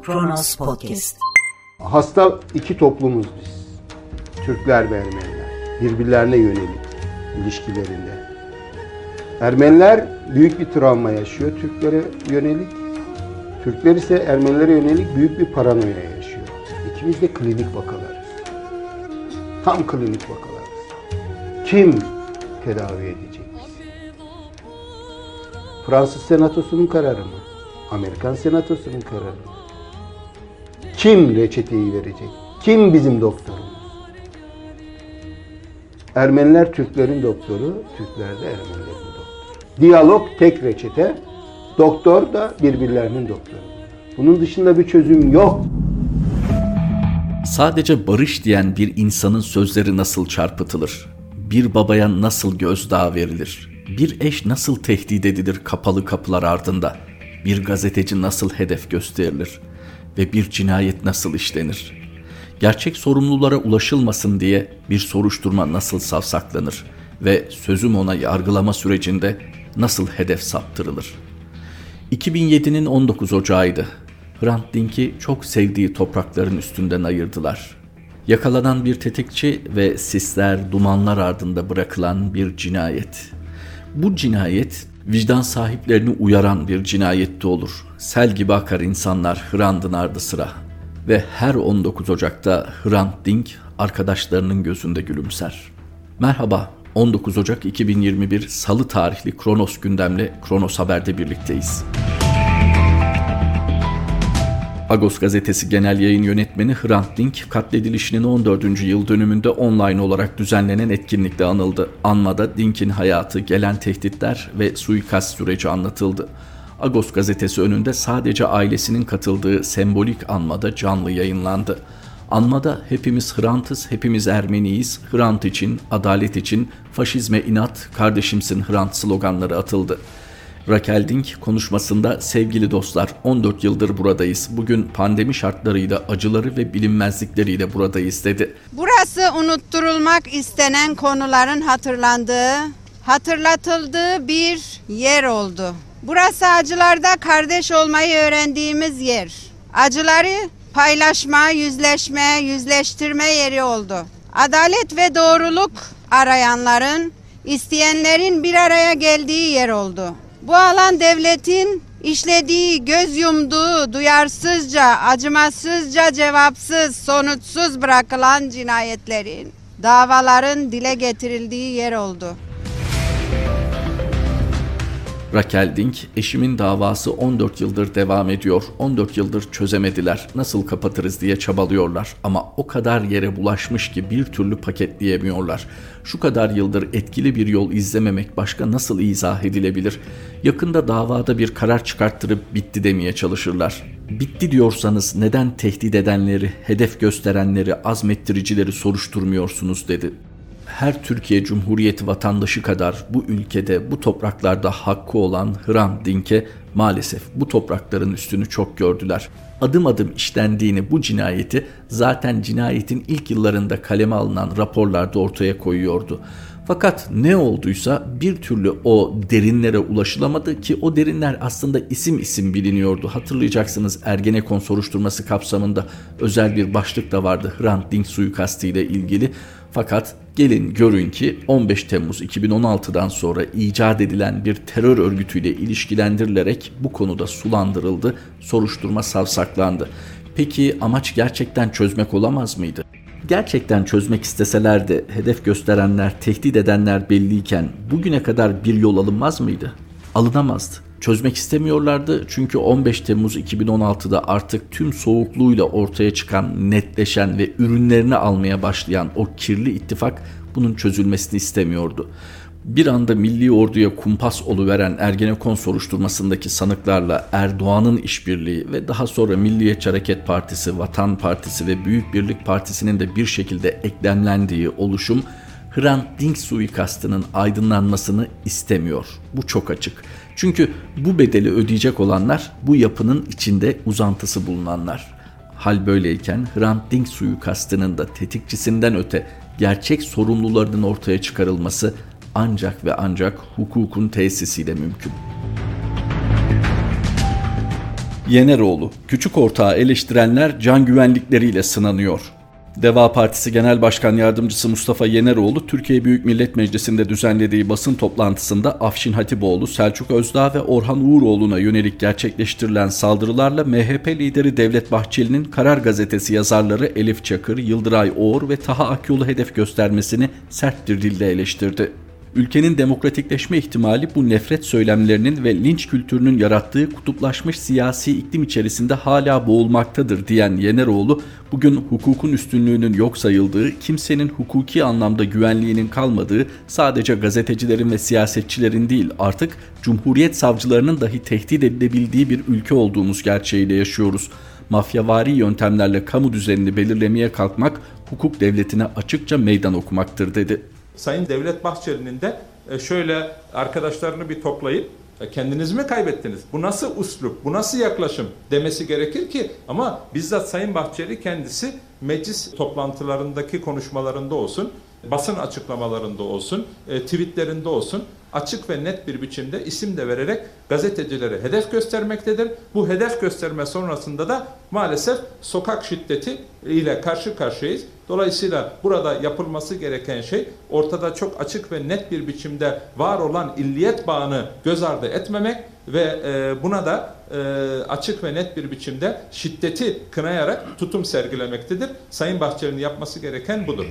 Kronos Podcast. Hasta iki toplumuz biz. Türkler ve Ermeniler. Birbirlerine yönelik ilişkilerinde. Ermeniler büyük bir travma yaşıyor Türklere yönelik. Türkler ise Ermenilere yönelik büyük bir paranoya yaşıyor. İkimiz de klinik vakalarız. Tam klinik vakalarız. Kim tedavi edecek bizi? Fransız Senatosu'nun kararı mı? Amerikan Senatosu'nun kararı mı? Kim reçeteyi verecek? Kim bizim doktorumuz? Ermeniler Türklerin doktoru, Türkler de Ermenilerin doktoru. Diyalog tek reçete, doktor da birbirlerinin doktoru. Bunun dışında bir çözüm yok. Sadece barış diyen bir insanın sözleri nasıl çarpıtılır? Bir babaya nasıl gözdağı verilir? Bir eş nasıl tehdit edilir kapalı kapılar ardında? Bir gazeteci nasıl hedef gösterilir? Ve bir cinayet nasıl işlenir? Gerçek sorumlulara ulaşılmasın diye bir soruşturma nasıl savsaklanır? Ve sözüm ona yargılama sürecinde nasıl hedef saptırılır? 2007'nin 19 Ocağı'ydı. Hrant Dink'i çok sevdiği toprakların üstünden ayırdılar. Yakalanan bir tetikçi ve sisler, dumanlar ardında bırakılan bir cinayet. Bu cinayet vicdan sahiplerini uyaran bir cinayette olur. Sel gibi akar insanlar Hrant'ın ardı sıra. Ve her 19 Ocak'ta Hrant Dink arkadaşlarının gözünde gülümser. Merhaba, 19 Ocak 2021 Salı tarihli Kronos gündemle Kronos Haber'de birlikteyiz. Agos gazetesi genel yayın yönetmeni Hrant Dink, katledilişinin 14. yıl dönümünde online olarak düzenlenen etkinlikle anıldı. Anmada Dink'in hayatı, gelen tehditler ve suikast süreci anlatıldı. Agos gazetesi önünde sadece ailesinin katıldığı sembolik anmada canlı yayınlandı. Anmada hepimiz Hrant'ız, hepimiz Ermeniyiz, Hrant için, adalet için, faşizme inat, kardeşimsin Hrant sloganları atıldı. Raquel Dink konuşmasında sevgili dostlar 14 yıldır buradayız. Bugün pandemi şartlarıyla acıları ve bilinmezlikleriyle buradayız dedi. Burası unutturulmak istenen konuların hatırlatıldığı bir yer oldu. Burası acılarda kardeş olmayı öğrendiğimiz yer. Acıları paylaşma, yüzleşme, yüzleştirme yeri oldu. Adalet ve doğruluk arayanların, isteyenlerin bir araya geldiği yer oldu. Bu alan devletin işlediği, göz yumduğu, duyarsızca, acımasızca, cevapsız, sonuçsuz bırakılan cinayetlerin, davaların dile getirildiği yer oldu. Raquel Dink, eşimin davası 14 yıldır devam ediyor. 14 yıldır çözemediler. Nasıl kapatırız diye çabalıyorlar. Ama o kadar yere bulaşmış ki bir türlü paketleyemiyorlar. Şu kadar yıldır etkili bir yol izlememek başka nasıl izah edilebilir? Yakında davada bir karar çıkarttırıp bitti demeye çalışırlar. Bitti diyorsanız neden tehdit edenleri, hedef gösterenleri, azmettiricileri soruşturmuyorsunuz dedi. Her Türkiye Cumhuriyeti vatandaşı kadar bu ülkede, bu topraklarda hakkı olan Hrant Dink'e maalesef bu toprakların üstünü çok gördüler. Adım adım işlendiğini bu cinayeti zaten cinayetin ilk yıllarında kaleme alınan raporlarda ortaya koyuyordu. Fakat ne olduysa bir türlü o derinlere ulaşılamadı ki o derinler aslında isim isim biliniyordu. Hatırlayacaksınız Ergenekon soruşturması kapsamında özel bir başlık da vardı Hrant Dink suikastı ile ilgili. Fakat gelin görün ki 15 Temmuz 2016'dan sonra icat edilen bir terör örgütüyle ilişkilendirilerek bu konuda sulandırıldı, soruşturma savsaklandı. Peki amaç gerçekten çözmek olamaz mıydı? Gerçekten çözmek isteselerdi hedef gösterenler, tehdit edenler belliyken bugüne kadar bir yol alınmaz mıydı? Alınamazdı. Çözmek istemiyorlardı çünkü 15 Temmuz 2016'da artık tüm soğukluğuyla ortaya çıkan, netleşen ve ürünlerini almaya başlayan o kirli ittifak bunun çözülmesini istemiyordu. Bir anda milli orduya kumpas oluveren Ergenekon soruşturmasındaki sanıklarla Erdoğan'ın işbirliği ve daha sonra Milliyetçi Hareket Partisi, Vatan Partisi ve Büyük Birlik Partisi'nin de bir şekilde eklemlendiği oluşum Hrant Dink suikastının aydınlanmasını istemiyor. Bu çok açık. Çünkü bu bedeli ödeyecek olanlar bu yapının içinde uzantısı bulunanlar. Hal böyleyken Hrant Dink suikastının da tetikçisinden öte gerçek sorumlularının ortaya çıkarılması ancak ve ancak hukukun tesisiyle mümkün. Yeneroğlu, küçük ortağı eleştirenler can güvenlikleriyle sınanıyor. Deva Partisi Genel Başkan Yardımcısı Mustafa Yeneroğlu, Türkiye Büyük Millet Meclisi'nde düzenlediği basın toplantısında Afşin Hatipoğlu, Selçuk Özdağ ve Orhan Uğuroğlu'na yönelik gerçekleştirilen saldırılarla MHP lideri Devlet Bahçeli'nin Karar Gazetesi yazarları Elif Çakır, Yıldıray Oğur ve Taha Akyol'u hedef göstermesini sert bir dille eleştirdi. Ülkenin demokratikleşme ihtimali bu nefret söylemlerinin ve linç kültürünün yarattığı kutuplaşmış siyasi iklim içerisinde hala boğulmaktadır diyen Yeneroğlu, bugün hukukun üstünlüğünün yok sayıldığı, kimsenin hukuki anlamda güvenliğinin kalmadığı, sadece gazetecilerin ve siyasetçilerin değil artık Cumhuriyet savcılarının dahi tehdit edilebildiği bir ülke olduğumuz gerçeğiyle yaşıyoruz. Mafyavari yöntemlerle kamu düzenini belirlemeye kalkmak, hukuk devletine açıkça meydan okumaktır dedi. Sayın Devlet Bahçeli'nin de şöyle arkadaşlarını bir toplayıp kendiniz mi kaybettiniz? Bu nasıl üslup, bu nasıl yaklaşım demesi gerekir ki, ama bizzat Sayın Bahçeli kendisi meclis toplantılarındaki konuşmalarında olsun, basın açıklamalarında olsun, tweetlerinde olsun açık ve net bir biçimde isim de vererek gazetecileri hedef göstermektedir. Bu hedef gösterme sonrasında da maalesef sokak şiddeti ile karşı karşıyayız. Dolayısıyla burada yapılması gereken şey ortada çok açık ve net bir biçimde var olan illiyet bağını göz ardı etmemek ve buna da açık ve net bir biçimde şiddeti kınayarak tutum sergilemektedir. Sayın Bahçeli'nin yapması gereken budur.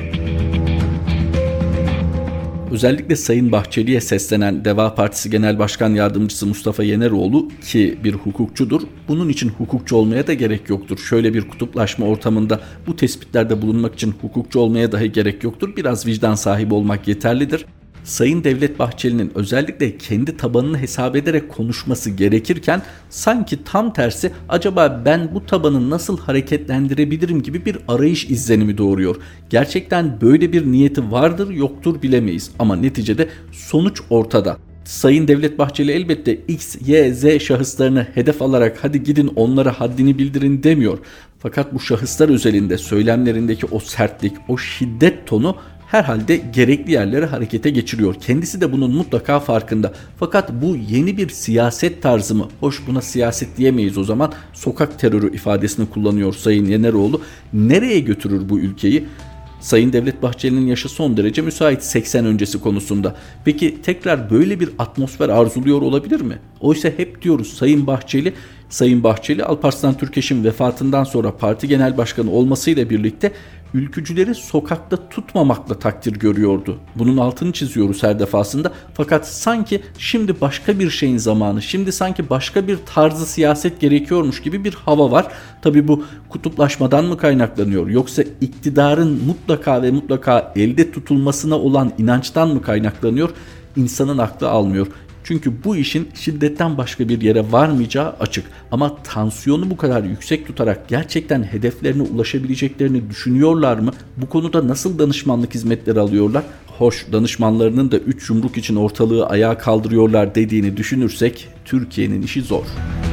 Özellikle Sayın Bahçeli'ye seslenen Deva Partisi Genel Başkan Yardımcısı Mustafa Yeneroğlu, ki bir hukukçudur, bunun için hukukçu olmaya da gerek yoktur. Şöyle bir kutuplaşma ortamında bu tespitlerde bulunmak için hukukçu olmaya dahi gerek yoktur. Biraz vicdan sahibi olmak yeterlidir. Sayın Devlet Bahçeli'nin özellikle kendi tabanını hesap ederek konuşması gerekirken sanki tam tersi, acaba ben bu tabanı nasıl hareketlendirebilirim gibi bir arayış izlenimi doğuruyor. Gerçekten böyle bir niyeti vardır yoktur bilemeyiz ama neticede sonuç ortada. Sayın Devlet Bahçeli elbette X, Y, Z şahıslarını hedef alarak hadi gidin onlara haddini bildirin demiyor. Fakat bu şahıslar özelinde söylemlerindeki o sertlik, o şiddet tonu herhalde gerekli yerlere harekete geçiriyor. Kendisi de bunun mutlaka farkında. Fakat bu yeni bir siyaset tarzı mı? Hoş, buna siyaset diyemeyiz o zaman. Sokak terörü ifadesini kullanıyor Sayın Yeneroğlu. Nereye götürür bu ülkeyi? Sayın Devlet Bahçeli'nin yaşı son derece müsait 80 öncesi konusunda. Peki tekrar böyle bir atmosfer arzuluyor olabilir mi? Oysa hep diyoruz Sayın Bahçeli Alparslan Türkeş'in vefatından sonra parti genel başkanı olmasıyla birlikte ülkücüleri sokakta tutmamakla takdir görüyordu. Bunun altını çiziyoruz her defasında. Fakat sanki şimdi başka bir şeyin zamanı, şimdi sanki başka bir tarzı siyaset gerekiyormuş gibi bir hava var. Tabii bu kutuplaşmadan mı kaynaklanıyor, yoksa iktidarın mutlaka ve mutlaka elde tutulmasına olan inançtan mı kaynaklanıyor? İnsanın aklı almıyor. Çünkü bu işin şiddetten başka bir yere varmayacağı açık. Ama tansiyonu bu kadar yüksek tutarak gerçekten hedeflerine ulaşabileceklerini düşünüyorlar mı? Bu konuda nasıl danışmanlık hizmetleri alıyorlar? Hoş, danışmanlarının da 3 yumruk için ortalığı ayağa kaldırıyorlar dediğini düşünürsek Türkiye'nin işi zor.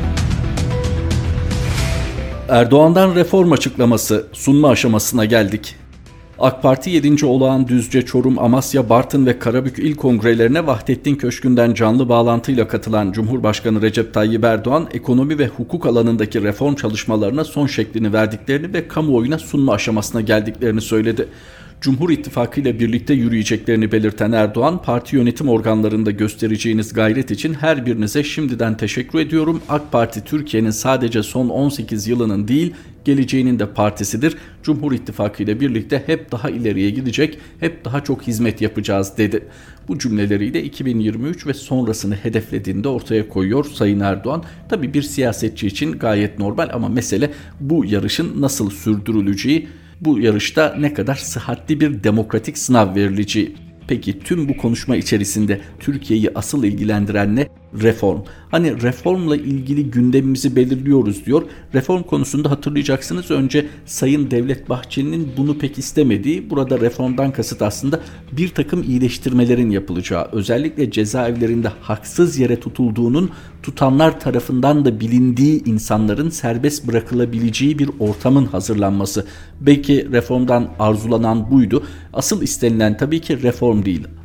Erdoğan'dan reform açıklaması, sunma aşamasına geldik. AK Parti 7. Olağan Düzce, Çorum, Amasya, Bartın ve Karabük il kongrelerine Vahdettin Köşkü'nden canlı bağlantıyla katılan Cumhurbaşkanı Recep Tayyip Erdoğan, ekonomi ve hukuk alanındaki reform çalışmalarına son şeklini verdiklerini ve kamuoyuna sunma aşamasına geldiklerini söyledi. Cumhur İttifakı ile birlikte yürüyeceklerini belirten Erdoğan, parti yönetim organlarında göstereceğiniz gayret için her birinize şimdiden teşekkür ediyorum. AK Parti Türkiye'nin sadece son 18 yılının değil, geleceğinin de partisidir. Cumhur İttifakı ile birlikte hep daha ileriye gidecek, hep daha çok hizmet yapacağız dedi. Bu cümleleriyle 2023 ve sonrasını hedeflediğini de ortaya koyuyor Sayın Erdoğan. Tabii bir siyasetçi için gayet normal ama mesele bu yarışın nasıl sürdürüleceği, bu yarışta ne kadar sıhhatli bir demokratik sınav verileceği. Peki tüm bu konuşma içerisinde Türkiye'yi asıl ilgilendiren ne? Reform. Hani reformla ilgili gündemimizi belirliyoruz diyor. Reform konusunda hatırlayacaksınız önce Sayın Devlet Bahçeli'nin bunu pek istemediği, burada reformdan kasıt aslında bir takım iyileştirmelerin yapılacağı, özellikle cezaevlerinde haksız yere tutulduğunun tutanlar tarafından da bilindiği insanların serbest bırakılabileceği bir ortamın hazırlanması. Belki reformdan arzulanan buydu. Asıl istenilen tabii ki reform değil.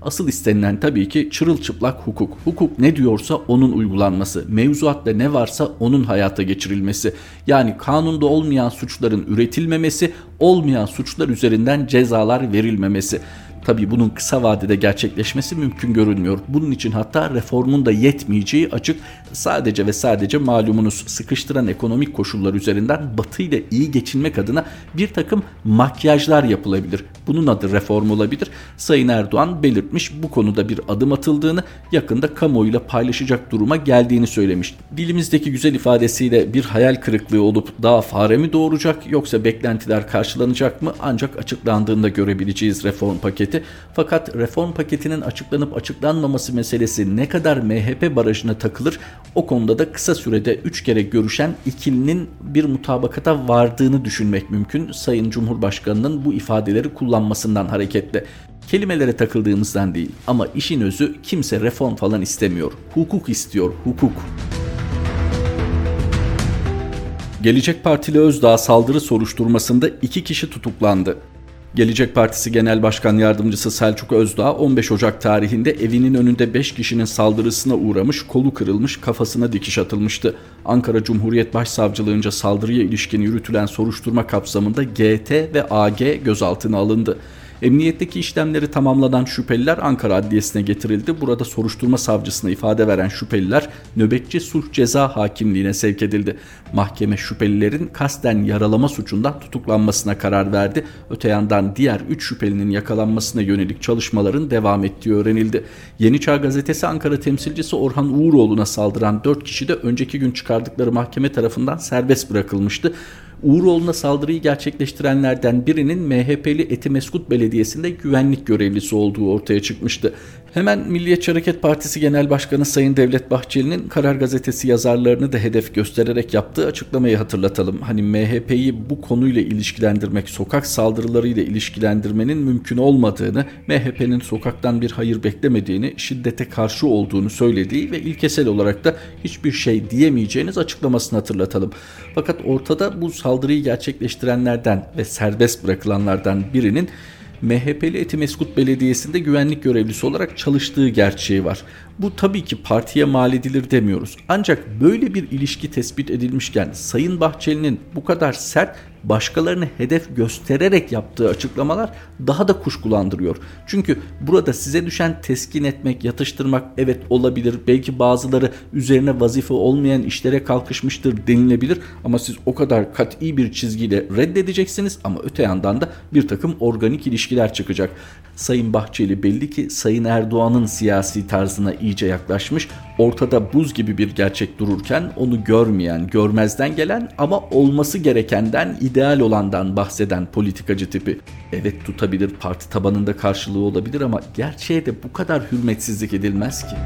Asıl istenilen tabii ki çırılçıplak hukuk. Hukuk ne diyorsa onun uygulanması, mevzuatta ne varsa onun hayata geçirilmesi. Yani kanunda olmayan suçların üretilmemesi, olmayan suçlar üzerinden cezalar verilmemesi. Tabii bunun kısa vadede gerçekleşmesi mümkün görünmüyor. Bunun için hatta reformun da yetmeyeceği açık. Sadece ve sadece malumunuz sıkıştıran ekonomik koşullar üzerinden Batı ile iyi geçinmek adına bir takım makyajlar yapılabilir. Bunun adı reform olabilir. Sayın Erdoğan belirtmiş, bu konuda bir adım atıldığını, yakında kamuoyuyla paylaşacak duruma geldiğini söylemiş. Dilimizdeki güzel ifadesiyle bir hayal kırıklığı olup daha fare mi doğuracak yoksa beklentiler karşılanacak mı ancak açıklandığında görebileceğiz reform paketi. Fakat reform paketinin açıklanıp açıklanmaması meselesi ne kadar MHP barajına takılır, o konuda da kısa sürede 3 kere görüşen ikilinin bir mutabakata vardığını düşünmek mümkün. Sayın Cumhurbaşkanı'nın bu ifadeleri kullanmasından hareketle. Kelimelere takıldığımızdan değil ama işin özü, kimse reform falan istemiyor. Hukuk istiyor, hukuk. Gelecek Partili Özdağ saldırı soruşturmasında 2 kişi tutuklandı. Gelecek Partisi Genel Başkan Yardımcısı Selçuk Özdağ 15 Ocak tarihinde evinin önünde 5 kişinin saldırısına uğramış, kolu kırılmış, kafasına dikiş atılmıştı. Ankara Cumhuriyet Başsavcılığınca saldırıya ilişkin yürütülen soruşturma kapsamında GT ve AG gözaltına alındı. Emniyetteki işlemleri tamamlanan şüpheliler Ankara Adliyesi'ne getirildi. Burada soruşturma savcısına ifade veren şüpheliler nöbetçi sulh ceza hakimliğine sevk edildi. Mahkeme şüphelilerin kasten yaralama suçundan tutuklanmasına karar verdi. Öte yandan diğer 3 şüphelinin yakalanmasına yönelik çalışmaların devam ettiği öğrenildi. Yeni Çağ Gazetesi Ankara temsilcisi Orhan Uğuroğlu'na saldıran 4 kişi de önceki gün çıkardıkları mahkeme tarafından serbest bırakılmıştı. Uğuroğlu'na saldırıyı gerçekleştirenlerden birinin MHP'li Etimeskut Belediyesi'nde güvenlik görevlisi olduğu ortaya çıkmıştı. Hemen Milliyetçi Hareket Partisi Genel Başkanı Sayın Devlet Bahçeli'nin Karar Gazetesi yazarlarını da hedef göstererek yaptığı açıklamayı hatırlatalım. Hani MHP'yi bu konuyla ilişkilendirmek, sokak saldırılarıyla ilişkilendirmenin mümkün olmadığını, MHP'nin sokaktan bir hayır beklemediğini, şiddete karşı olduğunu söylediği ve ilkesel olarak da hiçbir şey diyemeyeceğiniz açıklamasını hatırlatalım. Fakat ortada bu saldırıyı gerçekleştirenlerden ve serbest bırakılanlardan birinin MHP'li Etimeskut Belediyesi'nde güvenlik görevlisi olarak çalıştığı gerçeği var. Bu tabii ki partiye mal edilir demiyoruz. Ancak böyle bir ilişki tespit edilmişken Sayın Bahçeli'nin bu kadar sert, başkalarını hedef göstererek yaptığı açıklamalar daha da kuşkulandırıyor. Çünkü burada size düşen teskin etmek, yatıştırmak evet olabilir. Belki bazıları üzerine vazife olmayan işlere kalkışmıştır denilebilir. Ama siz o kadar kat'i bir çizgiyle reddedeceksiniz ama öte yandan da bir takım organik ilişkiler çıkacak. Sayın Bahçeli belli ki Sayın Erdoğan'ın siyasi tarzına iyice yaklaşmış. Ortada buz gibi bir gerçek dururken onu görmeyen, görmezden gelen ama olması gerekenden, ideal olandan bahseden politikacı tipi. Evet tutabilir, parti tabanında karşılığı olabilir ama gerçeğe de bu kadar hürmetsizlik edilmez ki.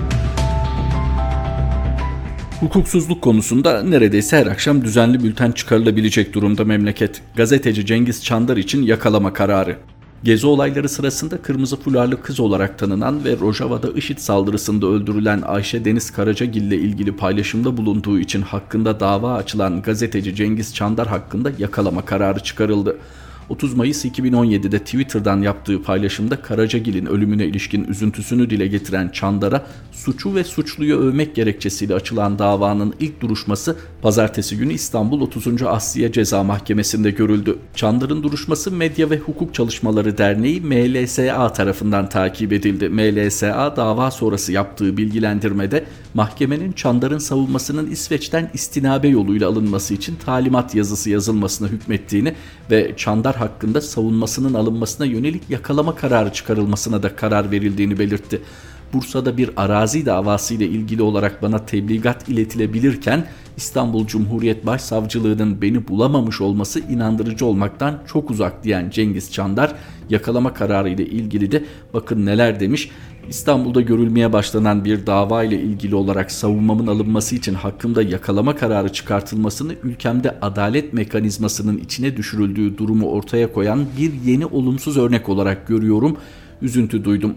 Hukuksuzluk konusunda neredeyse her akşam düzenli bülten çıkarılabilecek durumda memleket. Gazeteci Cengiz Çandar için yakalama kararı. Gezi olayları sırasında kırmızı fularlı kız olarak tanınan ve Rojava'da IŞİD saldırısında öldürülen Ayşe Deniz Karacagil ile ilgili paylaşımda bulunduğu için hakkında dava açılan gazeteci Cengiz Çandar hakkında yakalama kararı çıkarıldı. 30 Mayıs 2017'de Twitter'dan yaptığı paylaşımda Karacagil'in ölümüne ilişkin üzüntüsünü dile getiren Çandar'a suçu ve suçluyu övmek gerekçesiyle açılan davanın ilk duruşması pazartesi günü İstanbul 30. Asliye Ceza Mahkemesi'nde görüldü. Çandar'ın duruşması Medya ve Hukuk Çalışmaları Derneği MLSA tarafından takip edildi. MLSA dava sonrası yaptığı bilgilendirmede mahkemenin Çandar'ın savunmasının İsveç'ten istinabe yoluyla alınması için talimat yazısı yazılmasına hükmettiğini ve Çandar hakkında savunmasının alınmasına yönelik yakalama kararı çıkarılmasına da karar verildiğini belirtti. Bursa'da bir arazi davası ile ilgili olarak bana tebligat iletilebilirken İstanbul Cumhuriyet Başsavcılığı'nın beni bulamamış olması inandırıcı olmaktan çok uzak diyen Cengiz Çandar yakalama kararı ile ilgili de bakın neler demiş. İstanbul'da görülmeye başlanan bir dava ile ilgili olarak savunmamın alınması için hakkımda yakalama kararı çıkartılmasını ülkemde adalet mekanizmasının içine düşürüldüğü durumu ortaya koyan bir yeni olumsuz örnek olarak görüyorum. Üzüntü duydum.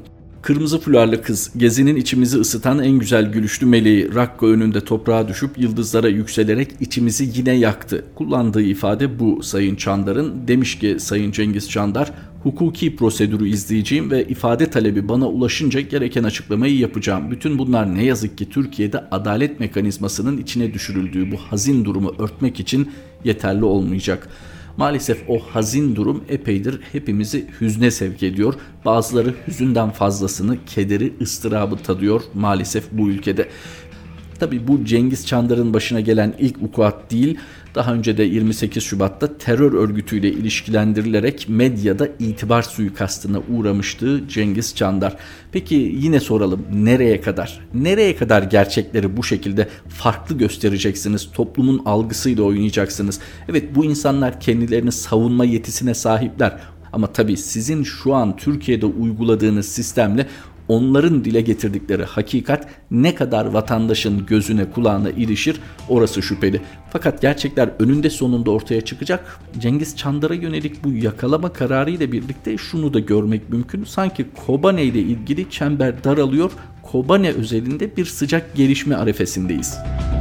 Kırmızı fularlı kız, Gezi'nin içimizi ısıtan en güzel gülüşlü meleği, Rakko önünde toprağa düşüp yıldızlara yükselerek içimizi yine yaktı. Kullandığı ifade bu Sayın Çandar'ın. Demiş ki Sayın Cengiz Çandar, hukuki prosedürü izleyeceğim ve ifade talebi bana ulaşınca gereken açıklamayı yapacağım. Bütün bunlar ne yazık ki Türkiye'de adalet mekanizmasının içine düşürüldüğü bu hazin durumu örtmek için yeterli olmayacak. Maalesef o hazin durum epeydir hepimizi hüzne sevk ediyor. Bazıları hüzünden fazlasını, kederi, ıstırabı tadıyor maalesef bu ülkede. Tabii bu Cengiz Çandar'ın başına gelen ilk vukuat değil. Daha önce de 28 Şubat'ta terör örgütüyle ilişkilendirilerek medyada itibar suikastına uğramıştı Cengiz Çandar. Peki yine soralım, nereye kadar? Nereye kadar gerçekleri bu şekilde farklı göstereceksiniz? Toplumun algısıyla oynayacaksınız. Evet, bu insanlar kendilerini savunma yetisine sahipler. Ama tabii sizin şu an Türkiye'de uyguladığınız sistemle onların dile getirdikleri hakikat ne kadar vatandaşın gözüne kulağına ilişir orası şüpheli. Fakat gerçekler önünde sonunda ortaya çıkacak. Cengiz Çandar'a yönelik bu yakalama kararı ile birlikte şunu da görmek mümkün. Sanki Kobane ile ilgili çember daralıyor. Kobane özelinde bir sıcak gelişme arifesindeyiz.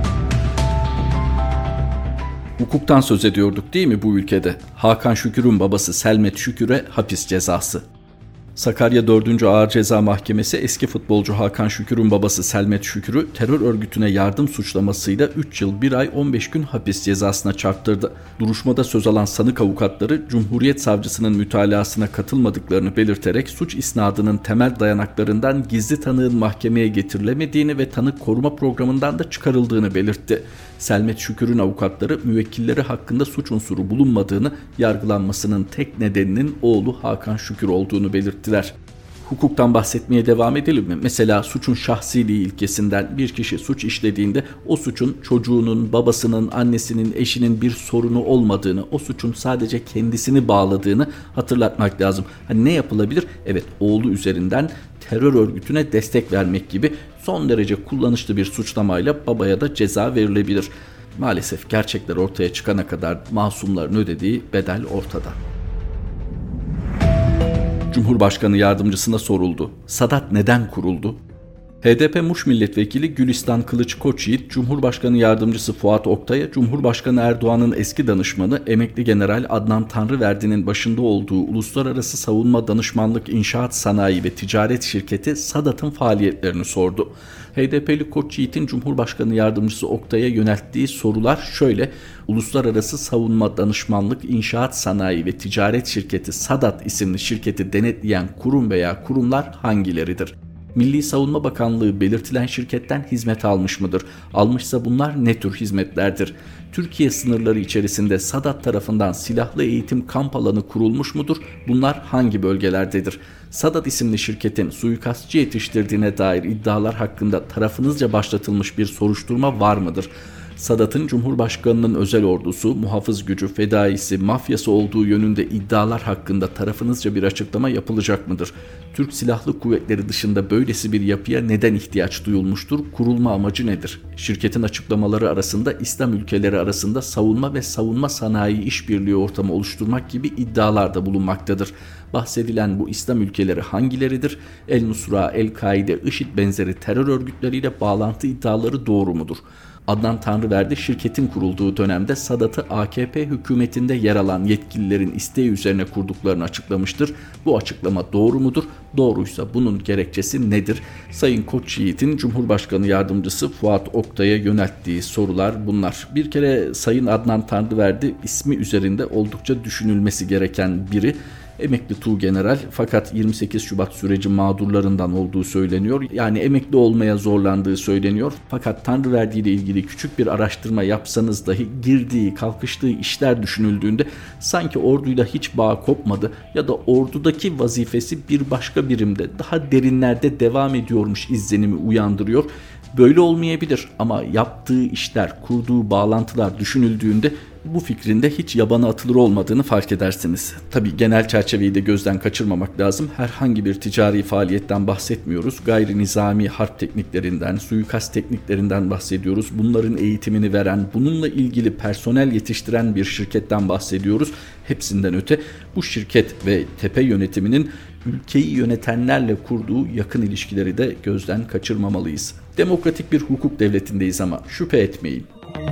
Hukuktan söz ediyorduk değil mi bu ülkede? Hakan Şükür'ün babası Selmet Şükür'e hapis cezası. Sakarya 4. Ağır Ceza Mahkemesi eski futbolcu Hakan Şükür'ün babası Selmet Şükür'ü terör örgütüne yardım suçlamasıyla 3 yıl 1 ay 15 gün hapis cezasına çarptırdı. Duruşmada söz alan sanık avukatları Cumhuriyet Savcısının mütalasına katılmadıklarını belirterek suç isnadının temel dayanaklarından gizli tanığın mahkemeye getirilemediğini ve tanık koruma programından da çıkarıldığını belirtti. Selmet Şükür'ün avukatları müvekkilleri hakkında suç unsuru bulunmadığını, yargılanmasının tek nedeninin oğlu Hakan Şükür olduğunu belirttiler. Hukuktan bahsetmeye devam edelim mi? Mesela suçun şahsiliği ilkesinden bir kişi suç işlediğinde o suçun çocuğunun, babasının, annesinin, eşinin bir sorunu olmadığını, o suçun sadece kendisini bağladığını hatırlatmak lazım. Ne yapılabilir? Evet, oğlu üzerinden terör örgütüne destek vermek gibi son derece kullanışlı bir suçlamayla babaya da ceza verilebilir. Maalesef gerçekler ortaya çıkana kadar masumların ödediği bedel ortada. Cumhurbaşkanı yardımcısına soruldu. Sadat neden kuruldu? HDP Muş Milletvekili Gülistan Kılıç Koçyiğit, Cumhurbaşkanı Yardımcısı Fuat Oktay'a, Cumhurbaşkanı Erdoğan'ın eski danışmanı Emekli General Adnan Tanrıverdi'nin başında olduğu Uluslararası Savunma Danışmanlık İnşaat Sanayi ve Ticaret Şirketi Sadat'ın faaliyetlerini sordu. HDP'li Koçyiğit'in Cumhurbaşkanı Yardımcısı Oktay'a yönelttiği sorular şöyle: Uluslararası Savunma Danışmanlık İnşaat Sanayi ve Ticaret Şirketi Sadat isimli şirketi denetleyen kurum veya kurumlar hangileridir? Milli Savunma Bakanlığı belirtilen şirketten hizmet almış mıdır? Almışsa bunlar ne tür hizmetlerdir? Türkiye sınırları içerisinde Sadat tarafından silahlı eğitim kamp alanı kurulmuş mudur? Bunlar hangi bölgelerdedir? Sadat isimli şirketin suikastçı yetiştirdiğine dair iddialar hakkında tarafınızca başlatılmış bir soruşturma var mıdır? Sadat'ın Cumhurbaşkanı'nın özel ordusu, muhafız gücü, fedaisi, mafyası olduğu yönünde iddialar hakkında tarafınızca bir açıklama yapılacak mıdır? Türk Silahlı Kuvvetleri dışında böylesi bir yapıya neden ihtiyaç duyulmuştur? Kurulma amacı nedir? Şirketin açıklamaları arasında İslam ülkeleri arasında savunma ve savunma sanayi işbirliği ortamı oluşturmak gibi iddialar da bulunmaktadır. Bahsedilen bu İslam ülkeleri hangileridir? El-Nusra, El-Kaide, IŞİD benzeri terör örgütleriyle bağlantı iddiaları doğru mudur? Adnan Tanrıverdi şirketin kurulduğu dönemde Sadat'ı AKP hükümetinde yer alan yetkililerin isteği üzerine kurduklarını açıklamıştır. Bu açıklama doğru mudur? Doğruysa bunun gerekçesi nedir? Sayın Koçyiğit'in Cumhurbaşkanı Yardımcısı Fuat Oktay'a yönelttiği sorular bunlar. Bir kere Sayın Adnan Tanrıverdi ismi üzerinde oldukça düşünülmesi gereken biri. Emekli Tuğgeneral fakat 28 Şubat süreci mağdurlarından olduğu söyleniyor. Yani emekli olmaya zorlandığı söyleniyor. Fakat Tanrıverdi ile ilgili küçük bir araştırma yapsanız dahi girdiği, kalkıştığı işler düşünüldüğünde sanki orduyla hiç bağ kopmadı ya da ordudaki vazifesi bir başka birimde, daha derinlerde devam ediyormuş izlenimi uyandırıyor. Böyle olmayabilir ama yaptığı işler, kurduğu bağlantılar düşünüldüğünde bu fikrinde hiç yabana atılır olmadığını fark edersiniz. Tabii genel çerçeveyi de gözden kaçırmamak lazım. Herhangi bir ticari faaliyetten bahsetmiyoruz. Gayri nizami harp tekniklerinden, suikast tekniklerinden bahsediyoruz. Bunların eğitimini veren, bununla ilgili personel yetiştiren bir şirketten bahsediyoruz. Hepsinden öte bu şirket ve tepe yönetiminin ülkeyi yönetenlerle kurduğu yakın ilişkileri de gözden kaçırmamalıyız. Demokratik bir hukuk devletindeyiz ama şüphe etmeyin.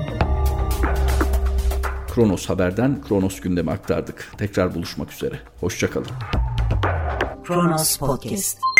Kronos Haber'den Kronos gündemi aktardık. Tekrar buluşmak üzere. Hoşça kalın. Kronos Podcast.